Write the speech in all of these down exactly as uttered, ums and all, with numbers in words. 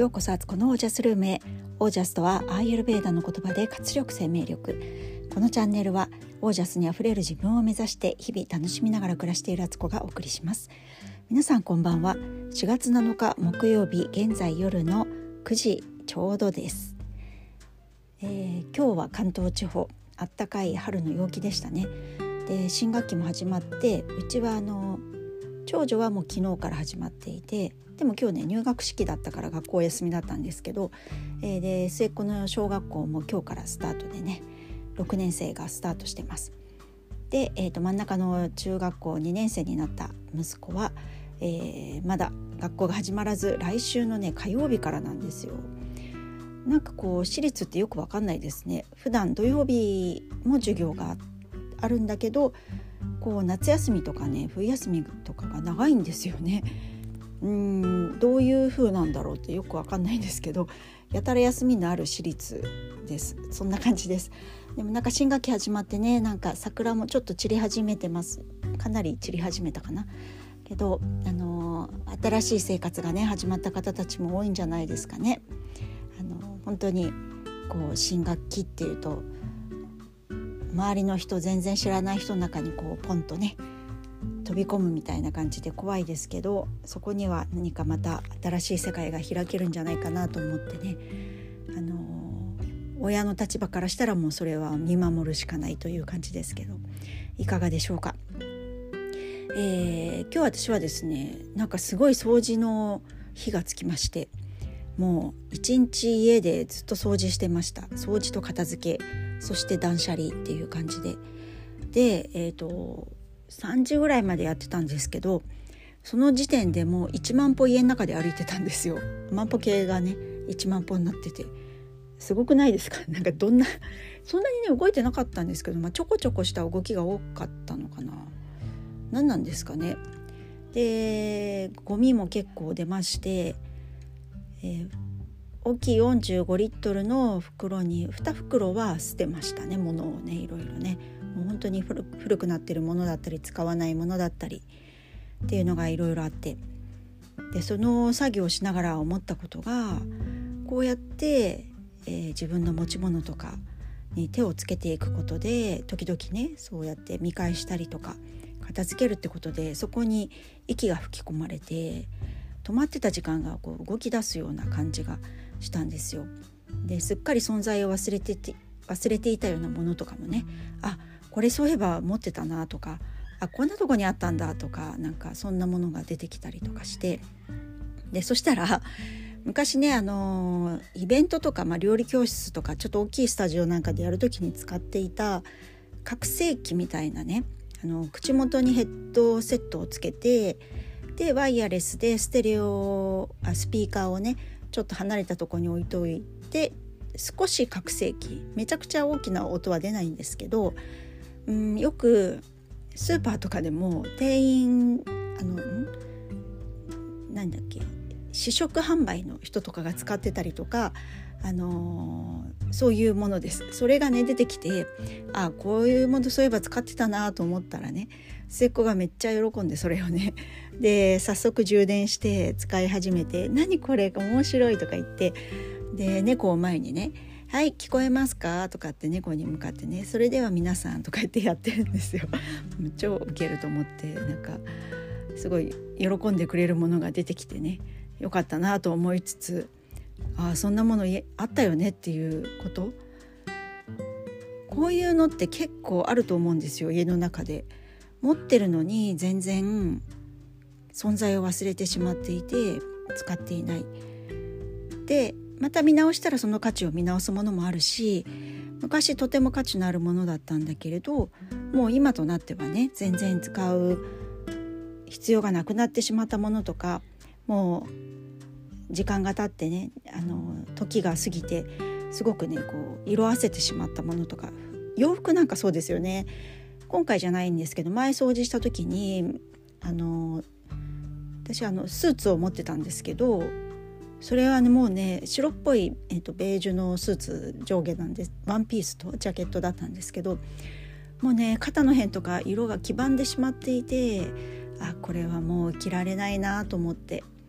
ようこそアツコのオージャスルームへ。オージャスとはアーユルベーダの言葉で活力、生命力。このチャンネルはオージャスにあふれる自分を目指して日々楽しみながら暮らしているアツコがお送りします。皆さんこんばんは。しがつなのか木曜日、現在夜のくじちょうどです。えー、今日は関東地方あったかい春の陽気でしたね。で新学期も始まって、うちはあの長女はもう昨日から始まっていて、でも今日ね入学式だったから学校休みだったんですけど、えー、で末っ子の小学校も今日からスタートでね、ろくねん生がスタートしてます。で、えー、と真ん中の中学校にねん生になった息子は、えー、まだ学校が始まらず、来週のね火曜日からなんですよ。なんかこう私立ってよくわかんないですね。普段土曜日も授業があるんだけど、こう夏休みとかね冬休みとかが長いんですよね。うーんどういう風なんだろうってよくわかんないんですけど、やたら休みのある私立です。そんな感じです。でもなんか新学期始まってね、なんか桜もちょっと散り始めてます。かなり散り始めたかなけど、あのー、新しい生活がね始まった方たちも多いんじゃないですかね。あのー、本当にこう新学期っていうと、周りの人全然知らない人の中にこうポンとね飛び込むみたいな感じで怖いですけど、そこには何かまた新しい世界が開けるんじゃないかなと思ってね、あの親の立場からしたらもうそれは見守るしかないという感じですけど、いかがでしょうか。えー、今日私はですね、なんかすごい掃除の日がつきまして、もう一日家でずっと掃除してました。掃除と片付け、そして断捨離っていう感じで、で、えーとさんじぐらいまでやってたんですけど、その時点でもういちまん歩家の中で歩いてたんですよ。万歩計がねいちまん歩になってて、すごくないですか。なんかどんなそんなにね動いてなかったんですけど、まあ、ちょこちょこした動きが多かったのかな。何なんですかね。でゴミも結構出まして、えー、大きいよんじゅうごリットルの袋にに袋は捨てましたね。物をねいろいろね、もう本当に 古, 古くなってるものだったり使わないものだったりっていうのがいろいろあって、でその作業をしながら思ったことが、こうやって、えー、自分の持ち物とかに手をつけていくことで、時々ねそうやって見返したりとか片付けるってことで、そこに息が吹き込まれて、止まってた時間がこう動き出すような感じがしたんですよ。ですっかり存在を忘れてて忘れていたようなものとかもね、あこれそういえば持ってたなとか、あこんなとこにあったんだとか、なんかそんなものが出てきたりとかして、でそしたら昔ね、あのイベントとか、まあ、料理教室とかちょっと大きいスタジオなんかでやるときに使っていた拡声器みたいなね、あの口元にヘッドセットをつけて、でワイヤレスでステレオあスピーカーをねちょっと離れたところに置いといて、少し拡声器、めちゃくちゃ大きな音は出ないんですけど、うん、よくスーパーとかでも店員あのなんだっけ試食販売の人とかが使ってたりとか、あのー、そういうものです。それがね出てきて、あこういうものそういえば使ってたなと思ったらね、末っ子がめっちゃ喜んで、それをねで早速充電して使い始めて、何これ面白いとか言って、で猫を前にね、はい聞こえますかとかって猫に向かってね、それでは皆さんとか言ってやってるんですよ。超ウケると思って、なんかすごい喜んでくれるものが出てきてね、よかったなと思いつつ、あそんなものあったよねっていうこと、こういうのって結構あると思うんですよ。家の中で持ってるのに全然存在を忘れてしまっていて使っていない。でまた見直したらその価値を見直すものもあるし、昔とても価値のあるものだったんだけれど、もう今となってはね全然使う必要がなくなってしまったものとか、もう時間が経ってね、あの時が過ぎてすごくねこう色あせてしまったものとか、洋服なんかそうですよね。今回じゃないんですけど、前掃除した時にあの私あのスーツを持ってたんですけど、それはねもうね白っぽい、えーと、ベージュのスーツ上下なんです。ワンピースとジャケットだったんですけど、もうね肩の辺とか色が黄ばんでしまっていて、あこれはもう着られないなと思って、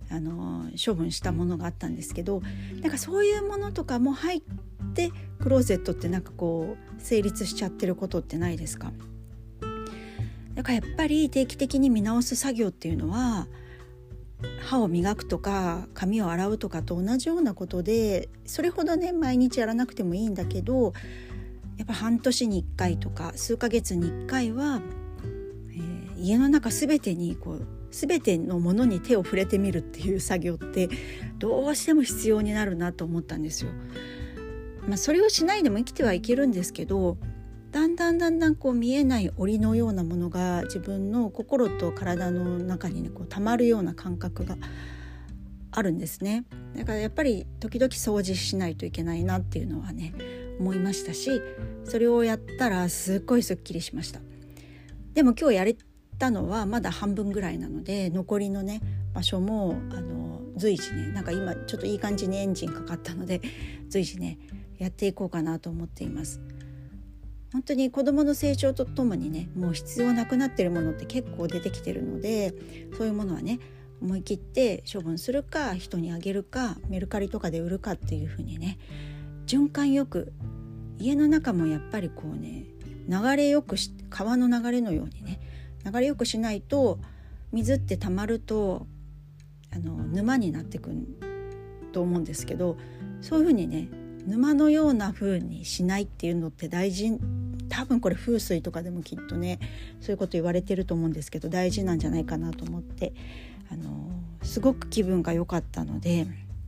あの処分したものがあったんですけど、なんかそういうものとかも入ってクローゼットってなんかこう成立しちゃってることってないですか。だからやっぱり定期的に見直す作業っていうのは歯を磨くとか髪を洗うとかと同じようなことで、それほどね毎日やらなくてもいいんだけど、やっぱ半年にいっかいとか数ヶ月にいっかいは、えー、家の中すべてにこうすべてのものに手を触れてみるっていう作業ってどうしても必要になるなと思ったんですよ。まあ、それをしないでも生きてはいけるんですけど、だんだんだんだんこう見えない檻のようなものが自分の心と体の中に、ね、こう溜まるような感覚があるんですね。だからやっぱり時々掃除しないといけないなっていうのはね思いましたし、それをやったらすっごいすっきりしました。でも今日やれたのはまだ半分ぐらいなので、残りのね場所もあの随時ね、なんか今ちょっといい感じにエンジンかかったので随時ねやっていこうかなと思っています。本当に子どもの成長とともにね、もう必要なくなっているものって結構出てきてるので、そういうものはね思い切って処分するか人にあげるかメルカリとかで売るかっていう風にね、循環よく家の中もやっぱりこうね流れよくし、川の流れのようにね流れよくしないと、水って溜まるとあの沼になってくると思うんですけど、そういう風にね沼のような風にしないっていうのって大事、多分これ風水とかでもきっとねそういうこと言われてると思うんですけど、大事なんじゃないかなと思って、あのすごく気分が良かったので、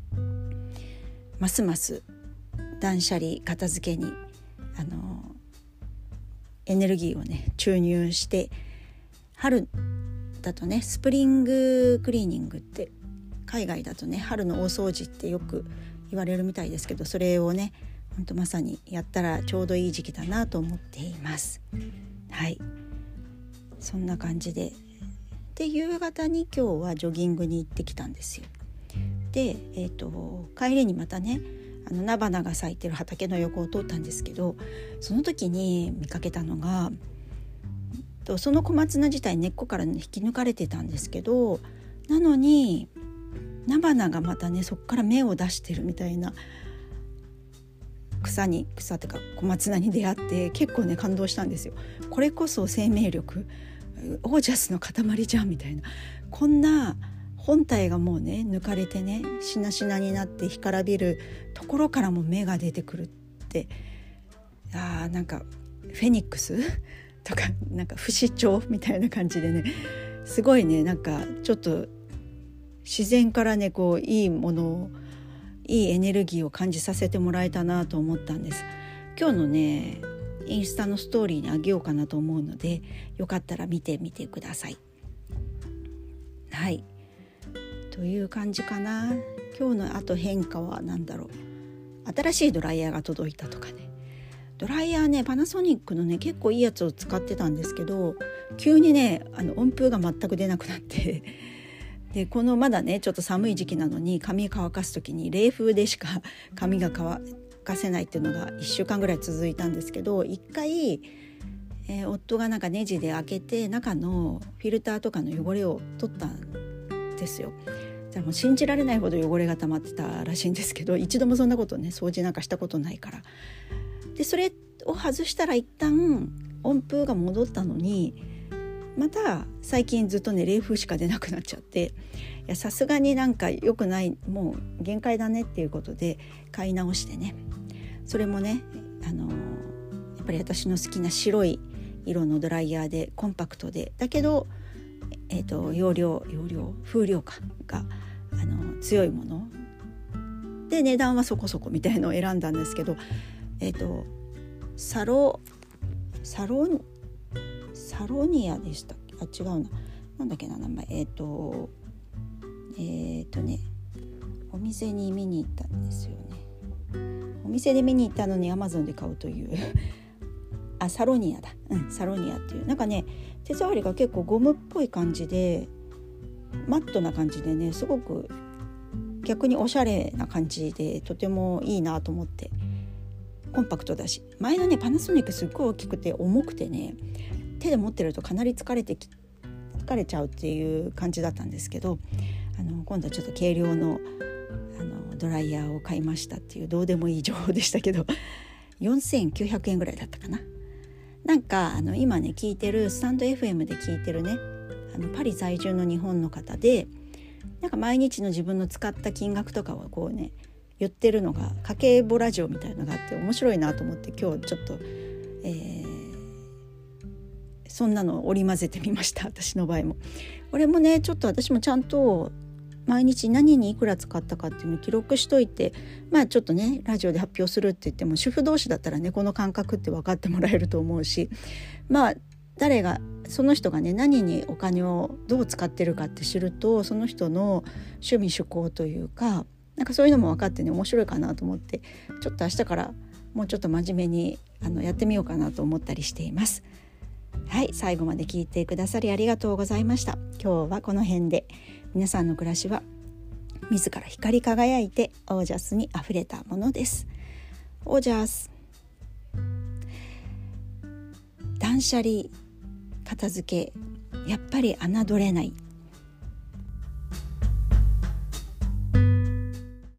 ますます断捨離片付けにあのエネルギーをね注入して、春だとねスプリングクリーニングって海外だとね春の大掃除ってよく言われるみたいですけど、それをね本当まさにやったらちょうどいい時期だなと思っています。はい、そんな感じで、で夕方に今日はジョギングに行ってきたんですよ。で、えーと、帰りにまたねあの菜花が咲いてる畑の横を通ったんですけど、その時に見かけたのが、その小松菜自体根っこから、ね、引き抜かれてたんですけど、なのに菜花がまたねそこから芽を出してるみたいな草に草っていうか小松菜に出会って、結構ね感動したんですよ。これこそ生命力、オージャスの塊じゃんみたいな、こんな本体がもうね抜かれてねしなしなになって干からびるところからも芽が出てくるって、あーなんかフェニックスとかなんか不死鳥みたいな感じでね、すごいねなんかちょっと自然からねこういいものをいいエネルギーを感じさせてもらえたなと思ったんです。今日のねインスタのストーリーにあげようかなと思うので、よかったら見てみてください。はい、という感じかな。今日のあと変化は何だろう、新しいドライヤーが届いたとかね。ドライヤーねパナソニックのね結構いいやつを使ってたんですけど、急にねあの温風が全く出なくなってでこのまだねちょっと寒い時期なのに髪乾かす時に冷風でしか髪が乾かせないっていうのがいっしゅうかんぐらい続いたんですけど、一回、えー、夫がなんかネジで開けて中のフィルターとかの汚れを取ったんですよ。じゃあもう信じられないほど汚れが溜まってたらしいんですけど、一度もそんなことね掃除なんかしたことないから。でそれを外したら一旦温風が戻ったのに、また最近ずっとね冷風しか出なくなっちゃって、さすがになんか良くない、もう限界だねっていうことで買い直してね、それもねあのやっぱり私の好きな白い色のドライヤーでコンパクトでだけど、えーと、容量容量風量感があの強いもので、値段はそこそこみたいのを選んだんですけど、えーとサロサロサロニアでしたっけ、あ違うな、なんだっけな名前、えっ、ー、とえっ、ー、とねお店に見に行ったんですよね。お店で見に行ったのに Amazon で買うというあサロニアだ、うんサロニアっていう、なんかね手触りが結構ゴムっぽい感じでマットな感じでね、すごく逆におしゃれな感じでとてもいいなと思って、コンパクトだし、前のねパナソニックすっごい大きくて重くてね手で持ってるとかなり疲れてき疲れちゃうっていう感じだったんですけど、 あの今度はちょっと軽量の、あのドライヤーを買いましたっていうどうでもいい情報でしたけどよんせんきゅうひゃくえんぐらいだったかな。なんかあの今ね聞いてるスタンド エフエム で聞いてるね、あのパリ在住の日本の方で、なんか毎日の自分の使った金額とかをこうね言ってるのが家計簿ラジオみたいなのがあって面白いなと思って、今日ちょっと、えー、そんなのを織り交ぜてみました。私の場合もこれもねちょっと私もちゃんと毎日何にいくら使ったかっていうのを記録しといて、まあちょっとねラジオで発表するって言っても主婦同士だったらねこの感覚って分かってもらえると思うし、まあ誰がその人がね何にお金をどう使ってるかって知ると、その人の趣味趣向というかなんかそういうのも分かってね面白いかなと思って、ちょっと明日からもうちょっと真面目にあのやってみようかなと思ったりしています。はい、最後まで聞いてくださりありがとうございました。今日はこの辺で。皆さんの暮らしは自ら光り輝いてオージャスにあふれたものです。オージャス、断捨離、片付け、やっぱり侮れない。